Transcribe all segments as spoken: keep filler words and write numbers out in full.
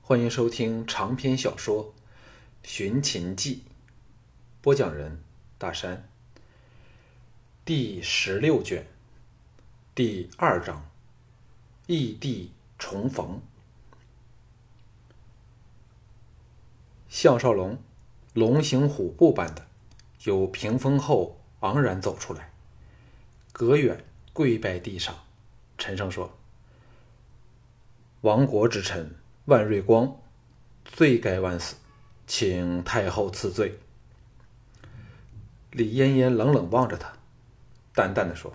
欢迎收听长篇小说《寻秦记》，播讲人大山。第十六卷，第二章，异地重逢。项少龙龙行虎步般的由屏风后昂然走出来，隔远跪拜地上，沉声说：“亡国之臣万瑞光，罪该万死，请太后赐罪。”李嫣嫣冷冷望着他，淡淡的说：“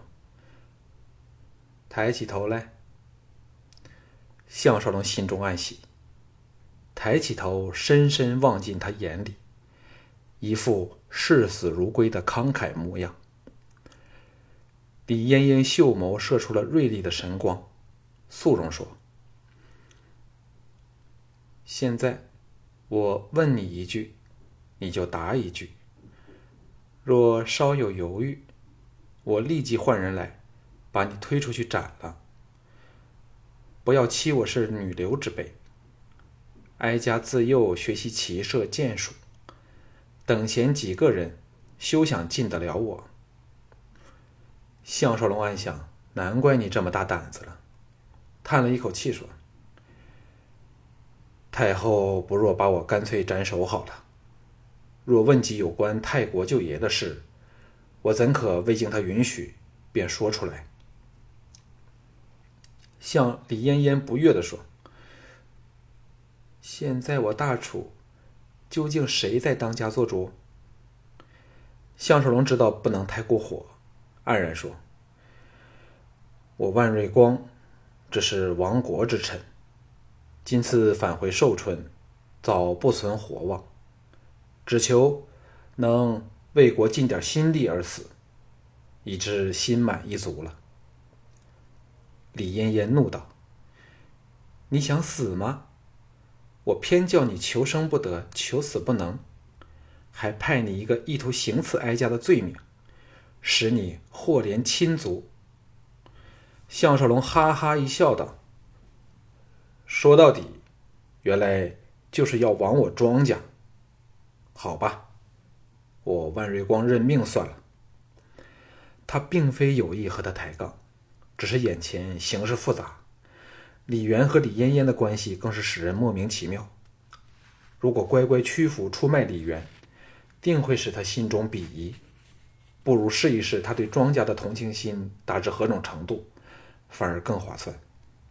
抬起头来。”项少龙心中暗喜，抬起头深深望进他眼里，一副视死如归的慷慨模样。李嫣嫣秀眸射出了锐利的神光，肃容说：“现在我问你一句，你就答一句。若稍有犹豫，我立即换人来把你推出去斩了。不要欺我是女流之辈，哀家自幼学习骑射剑术，等闲几个人休想进得了我。”项少龙暗想，难怪你这么大胆子了，叹了一口气说：“太后不若把我干脆斩首好了。若问及有关太国舅爷的事，我怎可未经他允许便说出来？”向李嫣嫣不悦地说：“现在我大楚究竟谁在当家做主？”项少龙知道不能太过火，黯然说：“我万瑞光只是亡国之臣，今次返回寿春，早不存活望，只求能为国尽点心力而死，已知心满意足了。”李嫣嫣怒道：“你想死吗？我偏叫你求生不得，求死不能，还派你一个意图行刺哀家的罪名，使你祸连亲族。”项少龙哈哈一笑道：“说到底，原来就是要亡我庄家。好吧，我万瑞光认命算了。”他并非有意和他抬杠，只是眼前形势复杂，李元和李嫣嫣的关系更是使人莫名其妙。如果乖乖屈服出卖李元，定会使他心中鄙夷，不如试一试他对庄家的同情心达至何种程度，反而更划算。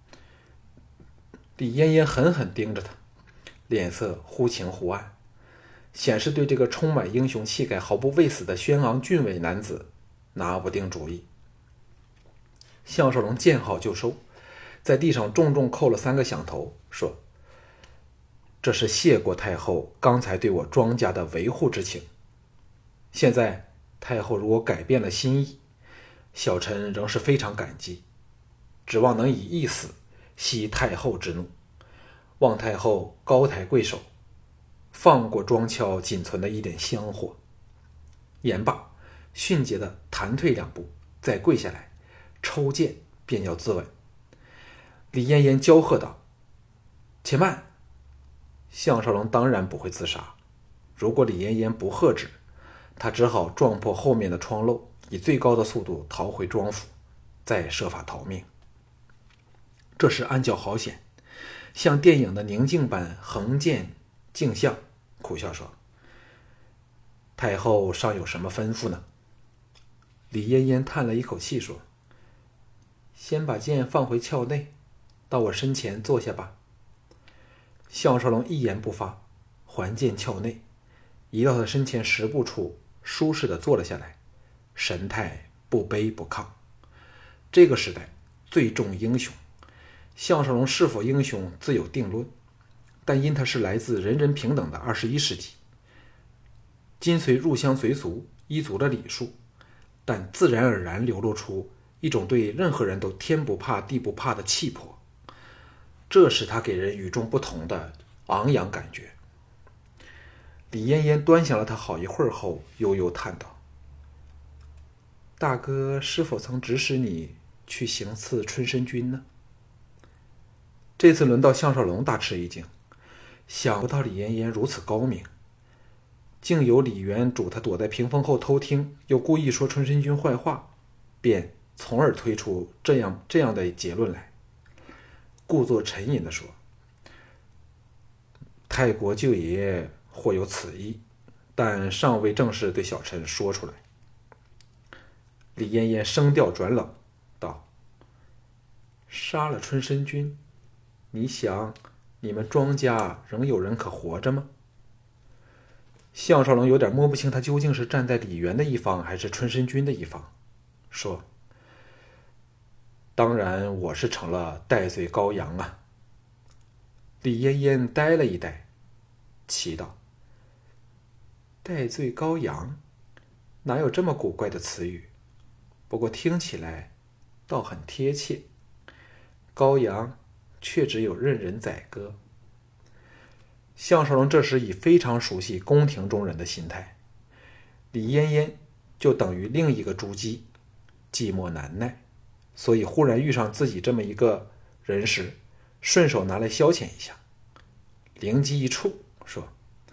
李嫣嫣狠狠盯着他，脸色忽晴忽暗，显示对这个充满英雄气概毫不畏死的轩昂俊伟男子拿不定主意。项少龙见好就收，在地上重重扣了三个响头，说：“这是谢过太后刚才对我庄家的维护之情。现在太后如果改变了心意，小臣仍是非常感激，指望能以一死息太后之怒，望太后高抬贵手，放过庄俏仅存的一点香火。”言罢，迅捷地弹退两步，再跪下来，抽剑便要自刎。李嫣嫣娇喝道：“且慢！”项少龙当然不会自杀，如果李嫣嫣不喝止，他只好撞破后面的窗漏，以最高的速度逃回庄府，再设法逃命。这时暗叫好险，像电影的宁静般横剑镜像，苦笑说：“太后尚有什么吩咐呢？”李嫣嫣叹了一口气说：“先把剑放回鞘内，到我身前坐下吧。”项少龙一言不发，还剑鞘内，移到他身前十步处，舒适地坐了下来，神态不卑不亢。这个时代最重英雄，项少龙是否英雄自有定论，但因他是来自人人平等的二十一世纪，今虽入乡随俗，依足了礼数，但自然而然流露出一种对任何人都天不怕地不怕的气魄，这使他给人与众不同的昂扬感觉。李嫣嫣端详了他好一会儿后，悠悠叹道：“大哥是否曾指使你去行刺春申君呢？”这次轮到项少龙大吃一惊， 想不到李妍妍如此高明，竟有李渊嘱他躲在屏风后偷听，又故意说春申君坏话，便从而推出这样这样的结论来。故作沉吟地说：“太国舅爷或有此意，但尚未正式对小臣说出来。”李妍妍声调转冷道：“杀了春申君，你想你们庄家仍有人可活着吗？”项少龙有点摸不清他究竟是站在李渊的一方还是春申君的一方，说：“当然我是成了戴罪羔羊啊。”李嫣嫣呆了一呆，奇道：“戴罪羔羊，哪有这么古怪的词语？不过听起来倒很贴切。羔羊却只有任人宰割。”项少龙这时已非常熟悉宫廷中人的心态，李嫣嫣就等于另一个朱姬，寂寞难耐，所以忽然遇上自己这么一个人时，顺手拿来消遣一下。灵机一触，说：“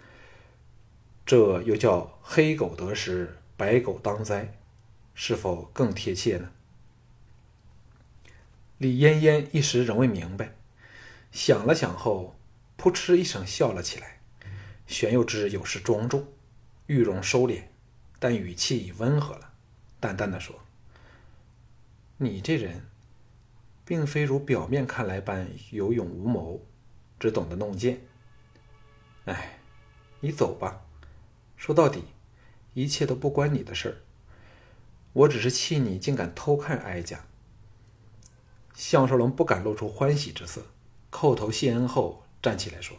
这又叫黑狗得食，白狗当灾，是否更贴切呢？”李嫣嫣一时仍未明白，想了想后扑哧一声笑了起来，玄佑之有时庄重，玉容收敛，但语气已温和了，淡淡的说：“你这人并非如表面看来般有勇无谋，只懂得弄剑。哎，你走吧，说到底一切都不关你的事儿，我只是气你竟敢偷看哀家。”项少龙不敢露出欢喜之色，叩头谢恩后站起来说：“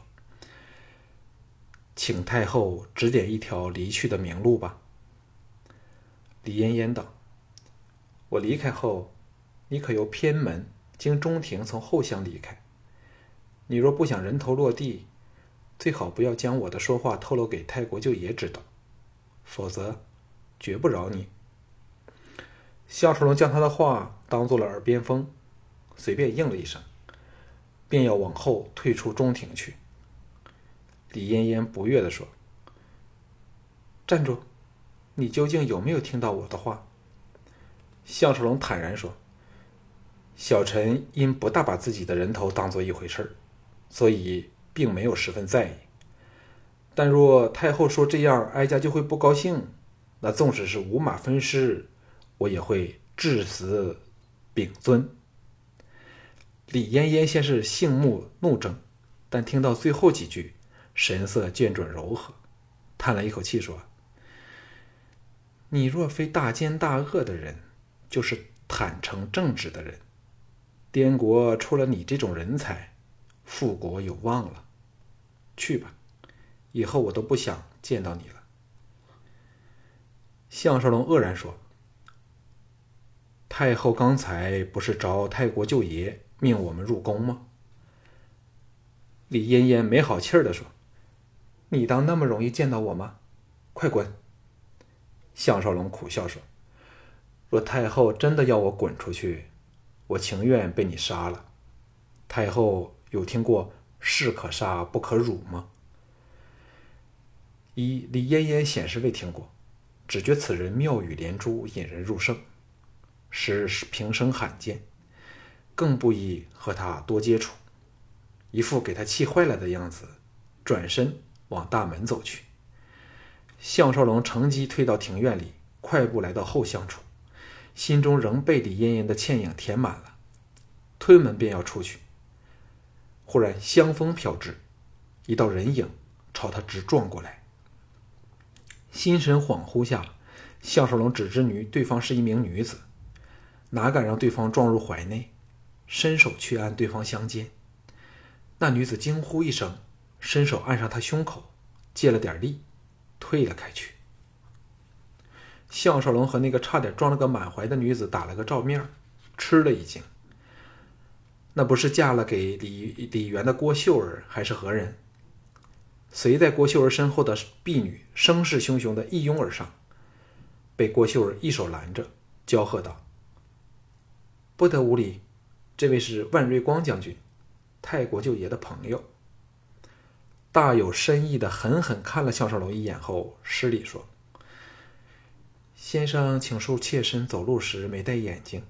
请太后指点一条离去的明路吧。”李嫣嫣道：“我离开后，你可由偏门经中庭从后厢离开。你若不想人头落地，最好不要将我的说话透露给太国舅爷知道，否则绝不饶你。”项少龙将他的话当做了耳边风，随便应了一声，便要往后退出中庭去。李嫣嫣不悦地说：“站住！你究竟有没有听到我的话？”项少龙坦然说：“小臣因不大把自己的人头当做一回事，所以并没有十分在意。但若太后说这样哀家就会不高兴，那纵使是五马分尸，我也会至死秉尊。”李嫣嫣先是杏目怒睁，但听到最后几句，神色渐转柔和，叹了一口气说：“你若非大奸大恶的人，就是坦诚正直的人。滇国出了你这种人才，复国有望了。去吧，以后我都不想见到你了。”项少龙愕然说：“太后刚才不是找太国舅爷命我们入宫吗？”李嫣嫣没好气儿地说：“你当那么容易见到我吗？快滚！”项少龙苦笑说：“若太后真的要我滚出去，我情愿被你杀了。太后有听过士可杀不可辱吗？”一李嫣嫣显示未听过，只觉此人妙语连珠，引人入胜，是平生罕见，更不宜和他多接触，一副给他气坏了的样子，转身往大门走去。项少龙乘机退到庭院里，快步来到后厢处，心中仍被李嫣嫣的倩影填满了，推门便要出去，忽然香风飘至，一道人影朝他直撞过来。心神恍惚下，项少龙只知女对方是一名女子，哪敢让对方撞入怀内，伸手去按对方香肩。那女子惊呼一声，伸手按上他胸口，借了点力，退了开去。项少龙和那个差点撞了个满怀的女子打了个照面，吃了一惊。那不是嫁了给李李元的郭秀儿还是何人？随在郭秀儿身后的婢女声势汹汹地一拥而上，被郭秀儿一手拦着，娇喝道：“不得无礼，这位是万瑞光将军，太国舅爷的朋友。” 大有深意的狠狠看了项少龙一眼后，施礼说：“先生请恕妾身走路时没戴眼镜。”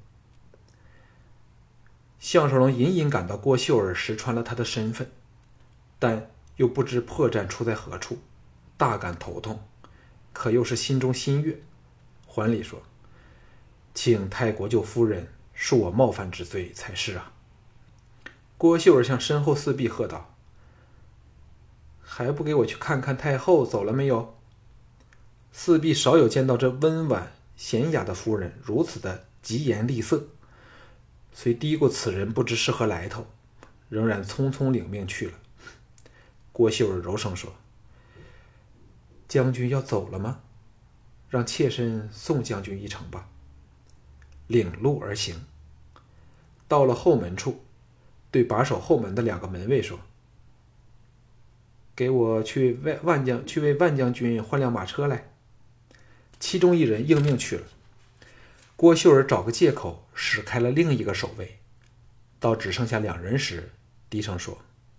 项少龙隐隐感到郭秀儿识穿了他的身份，但又不知破绽出在何处，大感头痛，可又是心中心悦，还礼说：“请太国舅夫人恕我冒犯之罪才是啊。”郭秀儿向身后四壁喝道：“还不给我去看看太后走了没有？”四壁少有见到这温婉娴雅的夫人如此的疾言厉色，虽嘀咕此人不知是何来头，仍然匆匆领命去了。郭秀儿柔声说：“将军要走了吗？让妾身送将军一程吧。”领路而行，到了后门处，对把守后门的两个门卫说：“给我去为万将去为万将军换辆马车来。”其中一人应命去了。郭秀儿找个借口使开了另一个守卫，到只剩下两人时，低声说：“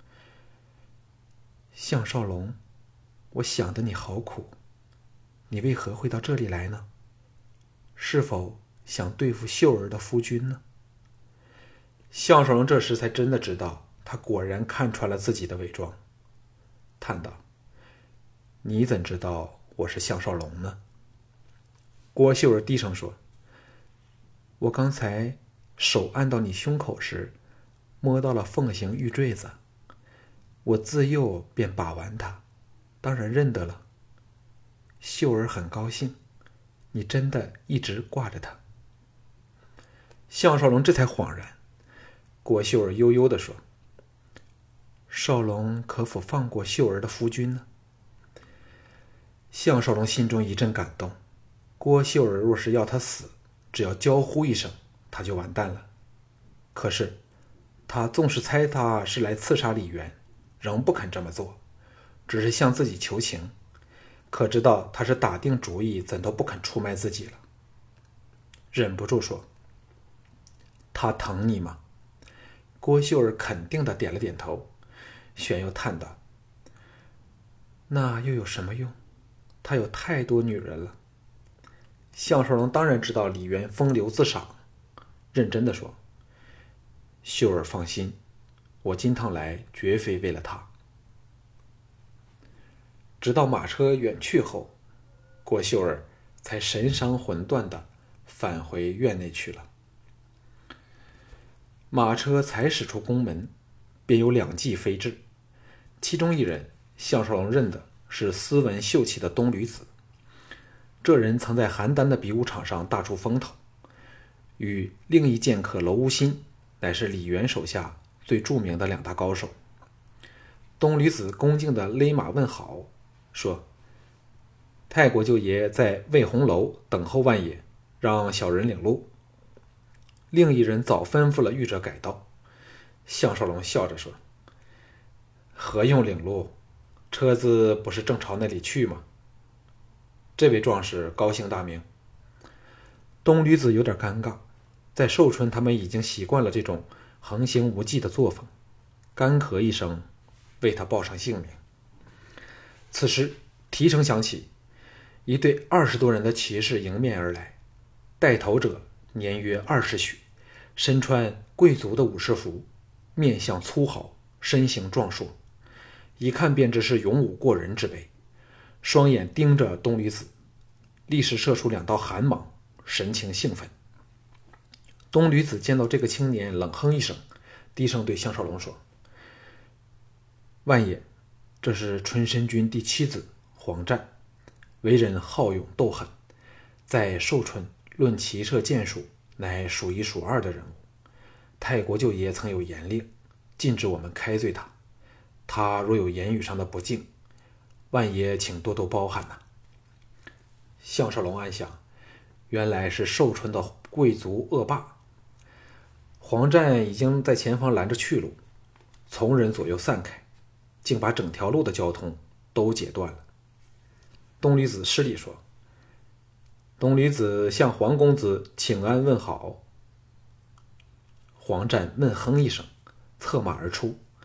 项少龙，我想得你好苦，你为何会到这里来呢？是否想对付秀儿的夫君呢？”项少龙这时才真的知道，他果然看穿了自己的伪装，叹道：“你怎知道我是项少龙呢？”郭秀儿低声说：“我刚才手按到你胸口时，摸到了凤形玉坠子，我自幼便把玩它，当然认得了。秀儿很高兴，你真的一直挂着它。”项少龙这才恍然。郭秀儿悠悠地说：“少龙可否放过秀儿的夫君呢？”项少龙心中一阵感动，郭秀儿若是要他死，只要娇呼一声，他就完蛋了。可是他纵是猜他是来刺杀李渊，仍不肯这么做，只是向自己求情，可知道他是打定主意，怎都不肯出卖自己了。忍不住说：“他疼你吗？”郭秀儿肯定地点了点头，旋又叹道：“那又有什么用？他有太多女人了。”项少龙当然知道李渊风流自赏，认真地说：“秀儿放心，我今趟来绝非为了他。”直到马车远去后，郭秀儿才神伤魂断地返回院内去了。马车才驶出宫门，便有两骑飞至，其中一人项少龙认得是斯文秀气的东吕子。这人曾在邯郸的比武场上大出风头，与另一剑客娄无心乃是李渊手下最著名的两大高手。东吕子恭敬地勒马问好，说：“太国舅爷在魏红楼等候万爷，让小人领路。”另一人早吩咐了御者改道。项少龙笑着说：“何用领路？车子不是正朝那里去吗？”这位壮士高兴大名。东吕子有点尴尬，在寿春他们已经习惯了这种横行无忌的作风，干咳一声，为他报上姓名。此时蹄声响起，一队二十多人的骑士迎面而来，带头者年约二十许，身穿贵族的武士服，面相粗豪，身形壮硕，一看便知是勇武过人之辈。双眼盯着东吕子，立时射出两道寒芒，神情兴奋。东吕子见到这个青年，冷哼一声，低声对项少龙说：“万爷，这是春申君第七子黄湛，为人好勇斗狠，在寿春论骑射剑术乃数一数二的人物。太国舅爷曾有严令，禁止我们开罪他，他若有言语上的不敬，万爷请多多包涵呐。”项少龙暗想，原来是寿春的贵族恶霸。黄湛已经在前方拦着去路，从人左右散开，竟把整条路的交通都截断了。东吕子施礼说：“东吕子向黄公子请安问好。”黄湛闷哼一声，策马而出，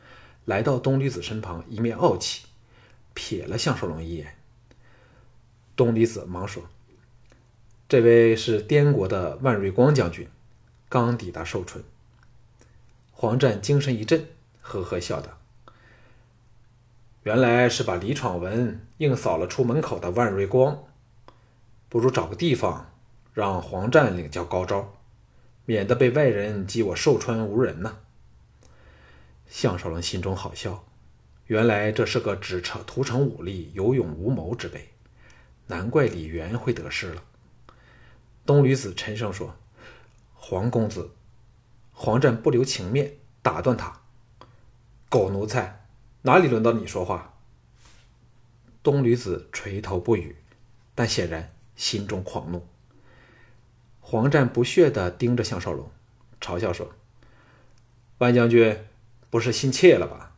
来到东离子身旁，一面傲气，瞥了项少龙一眼。东离子忙说：“这位是滇国的万瑞光将军，刚抵达寿春。”黄湛精神一振，呵呵笑道：“原来是把李闯文硬扫了出门口的万瑞光，不如找个地方让黄湛领教高招，免得被外人讥我寿川无人呢。”项少龙心中好笑，原来这是个只图成武力、有勇无谋之辈，难怪李渊会得势了。东驴子沉声说：“黄公子。”黄湛不留情面，打断他：“狗奴才，哪里轮到你说话？”东驴子垂头不语，但显然心中狂怒。黄湛不屑地盯着项少龙，嘲笑说：“万将军不是心怯了吧？”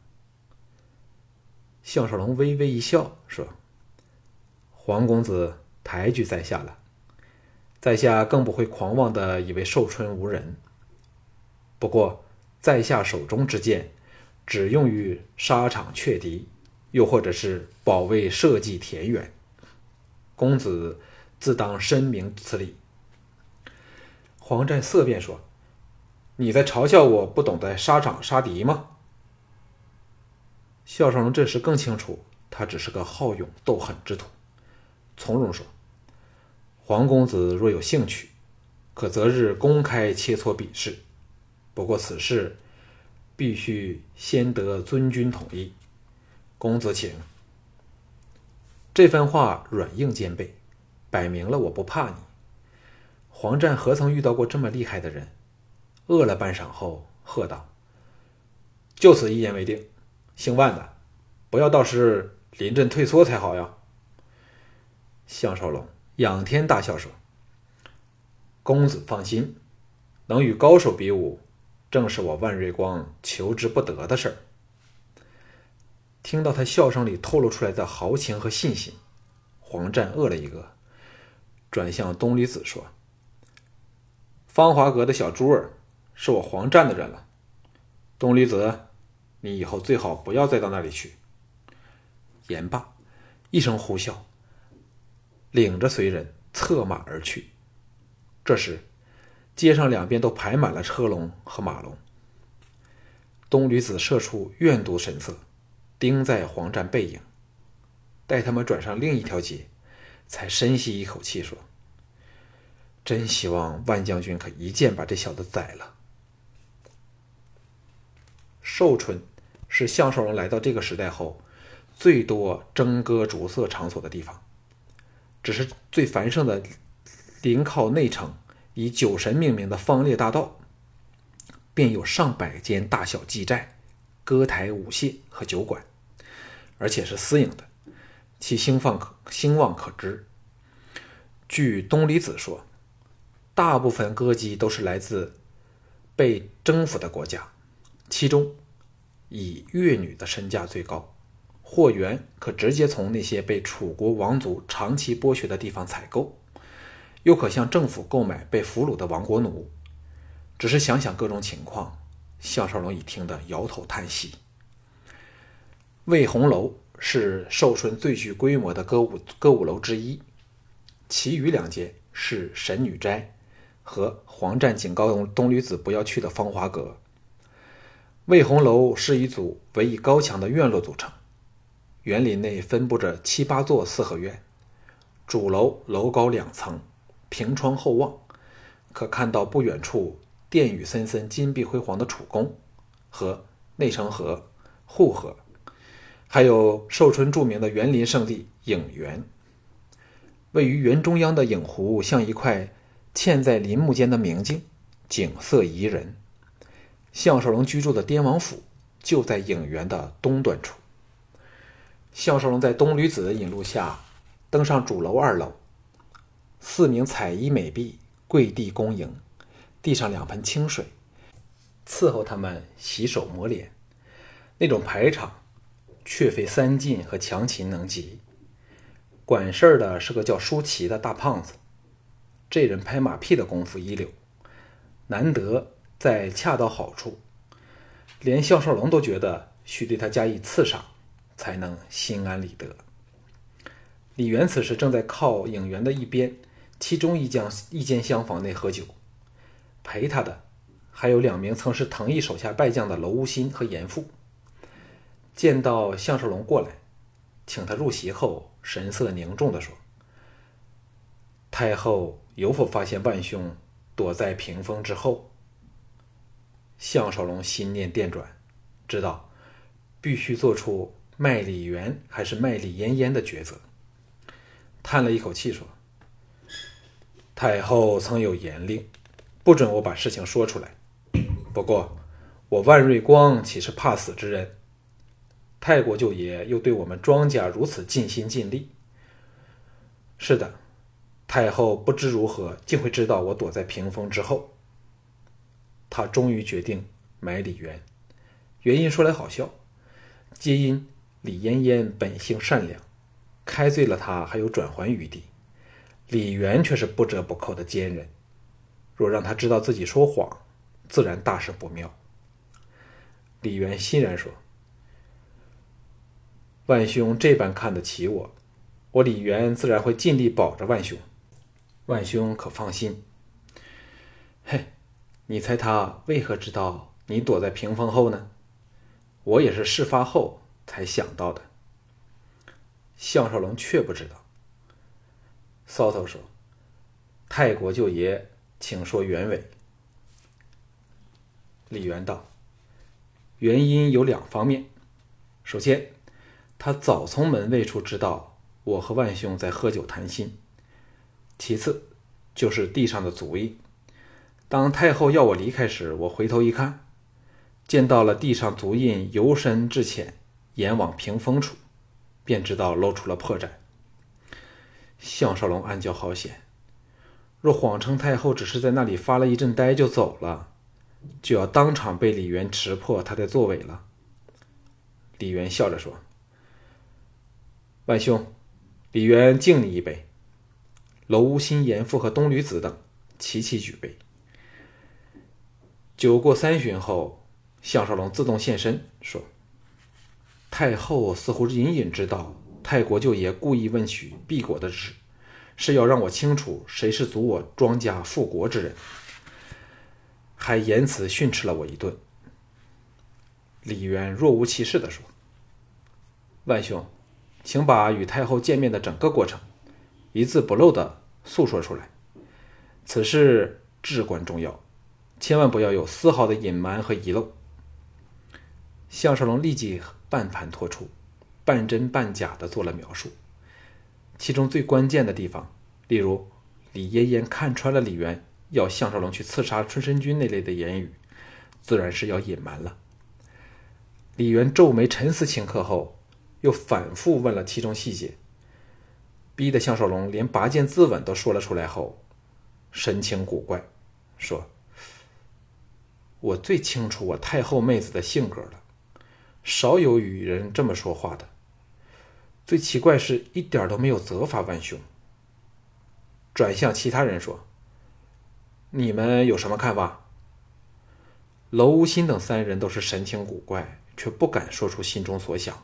项少龙微微一笑说：“黄公子抬举在下了，在下更不会狂妄地以为寿春无人。不过在下手中之剑只用于沙场却敌，又或者是保卫社稷田园，公子自当深明此理。”黄湛色变说：“你在嘲笑我不懂得沙场杀敌吗？”项少龙这时更清楚，他只是个好勇斗狠之徒，从容说：“黄公子若有兴趣，可择日公开切磋比试。不过此事必须先得尊君同意，公子请。”这番话软硬兼备，摆明了我不怕你。黄湛何曾遇到过这么厉害的人？饿了半晌后喝道：“就此一言为定，姓万的，不要到时临阵退缩才好呀。”项少龙仰天大笑说：“公子放心，能与高手比武，正是我万瑞光求之不得的事儿。”听到他笑声里透露出来的豪情和信心，黄湛饿了一个，转向东离子说：“芳华阁的小珠儿是我黄湛的人了，东离子，你以后最好不要再到那里去。”言罢，一声呼啸，领着随人策马而去。这时街上两边都排满了车龙和马龙。东驴子射出怨毒神色，盯在黄湛背影，待他们转上另一条街，才深吸一口气说：“真希望万将军可一剑把这小子宰了。”寿春是项少龙来到这个时代后最多征割逐色场所的地方，只是最繁盛的临靠内城以酒神命名的方列大道，便有上百间大小妓寨、歌台、舞榭和酒馆，而且是私营的，其兴旺可兴旺可知。据东离子说，大部分歌姬都是来自被征服的国家，其中以越女的身价最高，货源可直接从那些被楚国王族长期剥削的地方采购，又可向政府购买被俘虏的亡国奴。只是想想各种情况，项少龙已听得摇头叹息。魏红楼是寿春最具规模的歌舞歌舞楼之一，其余两间是神女斋和黄湛警告东驴子不要去的芳华阁。魏红楼是一组围以高墙的院落组成，园林内分布着七八座四合院，主楼楼高两层，平窗厚望，可看到不远处殿宇森森、金碧辉煌的楚宫和内城河、护河，还有寿春著名的园林圣地影园。位于园中央的影湖像一块嵌在林木间的明镜，景色宜人。项少龙居住的滇王府就在影园的东端处。项少龙在东驴子的引路下登上主楼二楼，四名彩衣美婢跪地恭迎，递上两盆清水，伺候他们洗手抹脸。那种排场却非三进和强秦能及。管事儿的是个叫舒淇的大胖子，这人拍马屁的功夫一流，难得在恰到好处，连项少龙都觉得须对他加以刺杀，才能心安理得。李渊此时正在靠影园的一边其中一间一间厢房内喝酒，陪他的还有两名曾是藤毅手下败将的娄无心和严复。见到项少龙过来，请他入席后，神色凝重地说：“太后有否发现万兄躲在屏风之后？”项少龙心念电转，知道必须做出卖李渊还是卖李嫣嫣的抉择，叹了一口气说：“太后曾有严令，不准我把事情说出来。不过我万瑞光岂是怕死之人？太国舅爷又对我们庄家如此尽心尽力。是的，太后不知如何竟会知道我躲在屏风之后。他终于决定买李渊，原因说来好笑，皆因李嫣嫣本性善良，开罪了他还有转圜余地，李渊却是不折不扣的奸人，若让他知道自己说谎，自然大事不妙。”李渊欣然说：“万兄这般看得起我，我李渊自然会尽力保着万兄，万兄可放心。嘿，你猜他为何知道你躲在屏风后呢？我也是事发后才想到的。”项少龙却不知道。搔头说：“太国舅爷，请说原委。”李渊道：“原因有两方面。首先，他早从门卫处知道我和万兄在喝酒谈心。其次，就是地上的足印。当太后要我离开时，我回头一看，见到了地上足印由深至浅，延往屏风处，便知道露出了破绽。”项少龙暗叫好险，若谎称太后只是在那里发了一阵呆就走了，就要当场被李渊识破他在作伪了。李渊笑着说：“万兄，李渊敬你一杯。”娄无心、严复和东吕子等齐齐举杯。酒过三巡后，项少龙自动现身说：“太后似乎隐隐知道太国舅爷故意问取避国的事，是要让我清楚谁是阻我庄家复国之人，还言辞训斥了我一顿。”李渊若无其事地说：“万兄，请把与太后见面的整个过程一字不漏地诉说出来，此事至关重要，千万不要有丝毫的隐瞒和遗漏。”项少龙立即半盘托出，半真半假地做了描述，其中最关键的地方，例如李嫣嫣看穿了李渊要项少龙去刺杀春申君那类的言语，自然是要隐瞒了。李渊皱眉沉思顷刻后，又反复问了其中细节，逼得项少龙连拔剑自刎都说了出来后，神情古怪，说：“我最清楚我太后妹子的性格了，少有与人这么说话的。最奇怪是一点都没有责罚万兄。”转向其他人说：“你们有什么看法？”娄无心等三人都是神情古怪，却不敢说出心中所想。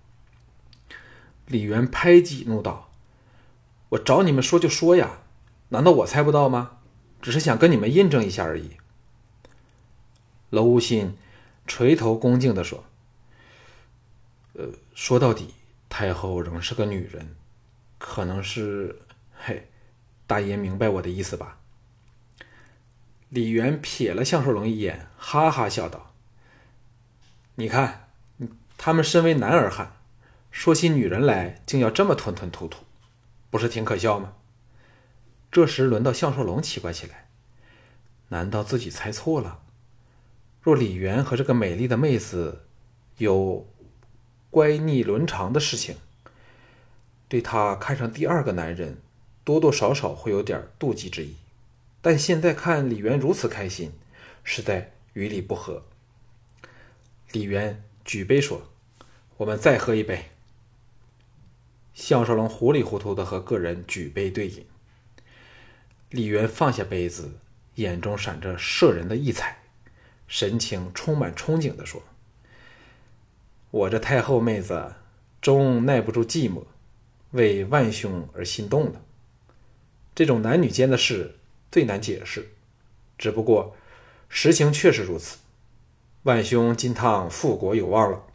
李渊拍戟怒道：“我找你们说就说呀，难道我猜不到吗？只是想跟你们印证一下而已。”娄无心垂头恭敬地说：“呃，说到底，太后仍是个女人，可能是……嘿，大爷明白我的意思吧？”李渊瞥了项少龙一眼，哈哈笑道：“你看，他们身为男儿汉，说起女人来竟要这么吞吞吐吐，不是挺可笑吗？”这时轮到项少龙奇怪起来，难道自己猜错了？若李渊和这个美丽的妹子有乖逆伦常的事情，对他看上第二个男人多多少少会有点妒忌之意，但现在看李渊如此开心，实在与理不合。李渊举杯说：“我们再喝一杯。”项少龙糊里糊涂地和个人举杯对饮。李渊放下杯子，眼中闪着摄人的异彩，神情充满憧憬地说：“ 我这太后妹子终耐不住寂寞，为万兄而心动了。这种男女间的事最难解释，只不过实情确实如此。万兄今趟复国有望了。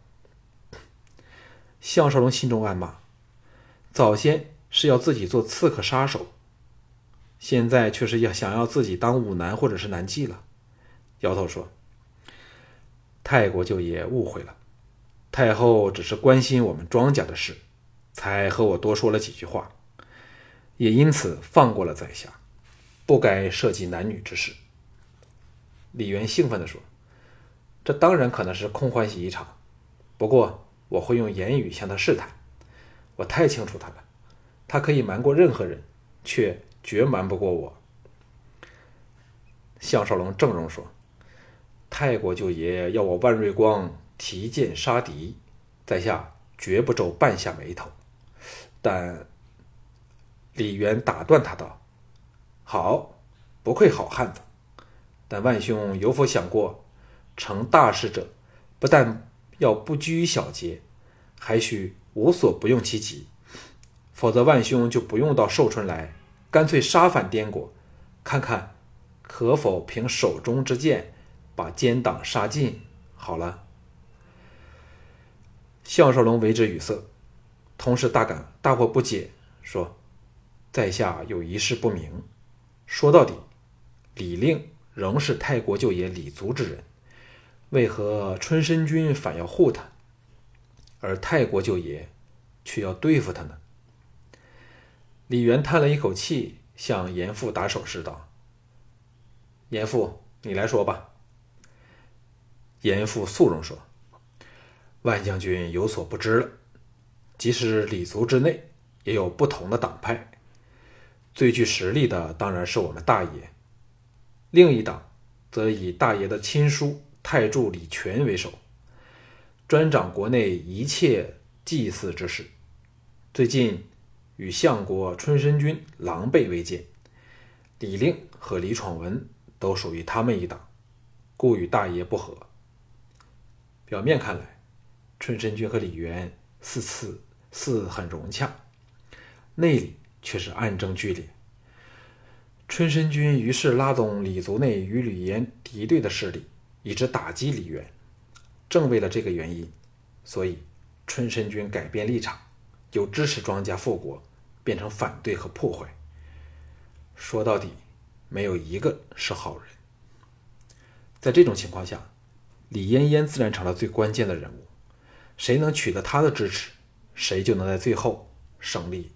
项少龙心中暗骂，早先是要自己做刺客杀手，现在却是要想要自己当武男或者是男妓了。摇头说，太国舅爷误会了，太后只是关心我们庄家的事，才和我多说了几句话，也因此放过了在下，不该涉及男女之事。李渊兴奋地说，这当然可能是空欢喜一场，不过我会用言语向他试探。我太清楚他了，他可以瞒过任何人，却绝瞒不过我。项少龙正容说，太国舅爷要我万瑞光提剑杀敌，在下绝不皱半下眉头。但李渊打断他道，好，不愧好汉子，但万兄有否想过，成大事者不但要不拘于小节，还需无所不用其极，否则万兄就不用到寿春来，干脆杀反颠国，看看可否凭手中之剑把奸党杀尽好了。项少龙为之语塞，同时大感大惑不解，说，在下有一事不明，说到底，李令仍是太国舅爷李族之人，为何春申君反要护他，而太国舅爷却要对付他呢？李渊叹了一口气，向严复打手势道，严复，你来说吧。严复肃容说，万将军有所不知了，即使李族之内也有不同的党派，最具实力的当然是我们大爷，另一党则以大爷的亲叔太柱李全为首，专掌国内一切祭祀之事，最近与相国春申君狼狈为奸，李令和李闯文都属于他们一党，故与大爷不和。表面看来，春申君和李渊似次似很融洽，内里却是暗争剧烈。春申君于是拉动李族内与李渊敌对的势力，以致打击李渊。正为了这个原因，所以春申君改变立场，由支持庄家复国变成反对和破坏。说到底，没有一个是好人。在这种情况下，李嫣嫣自然成了最关键的人物，谁能取得他的支持，谁就能在最后胜利。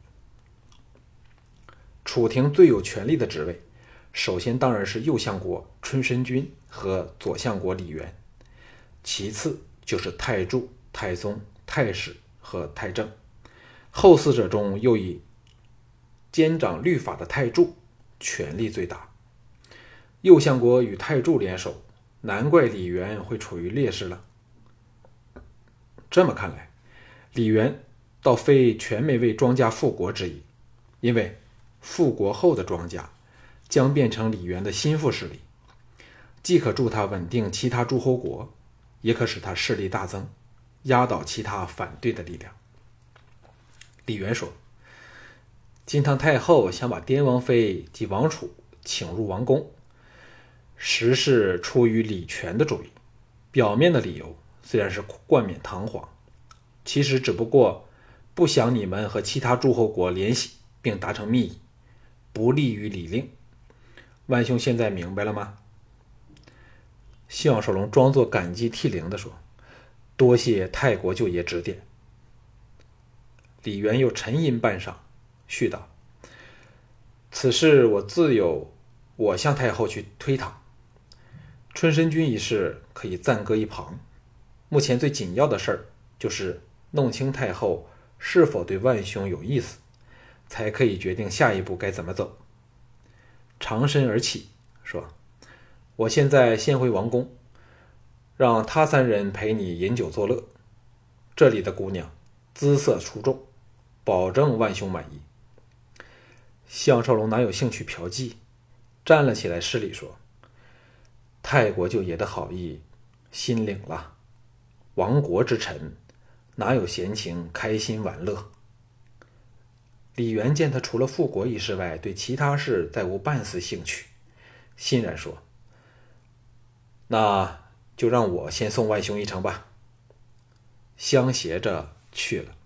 楚廷最有权力的职位，首先当然是右相国春申君和左相国李渊，其次就是太柱、太宗、太史和太正，后四者中又以监掌律法的太柱权力最大。右相国与太柱联手，难怪李渊会处于劣势了。这么看来，李渊倒非全没为庄家复国之意，因为复国后的庄家将变成李渊的心腹势力，既可助他稳定其他诸侯国，也可使他势力大增，压倒其他反对的力量。李渊说，金堂太后想把滇王妃及王储请入王宫，实是出于李全的主意，表面的理由虽然是冠冕堂皇，其实只不过不想你们和其他诸侯国联系并达成密议，不利于李令。万兄现在明白了吗？项少龙装作感激涕零地说，多谢太国舅爷指点。李渊又沉吟半晌，续道，此事我自有我向太后去推搪，春申君一事可以暂搁一旁，目前最紧要的事儿就是弄清太后是否对万兄有意思，才可以决定下一步该怎么走。长身而起，说，我现在先回王宫，让他三人陪你饮酒作乐，这里的姑娘姿色出众，保证万兄满意。项少龙哪有兴趣嫖妓，站了起来施礼说，太国舅爷的好意心领了，亡国之臣哪有闲情开心玩乐？李元见他除了复国一事外，对其他事再无半丝兴趣，欣然说：“那就让我先送外兄一程吧。”相携着去了。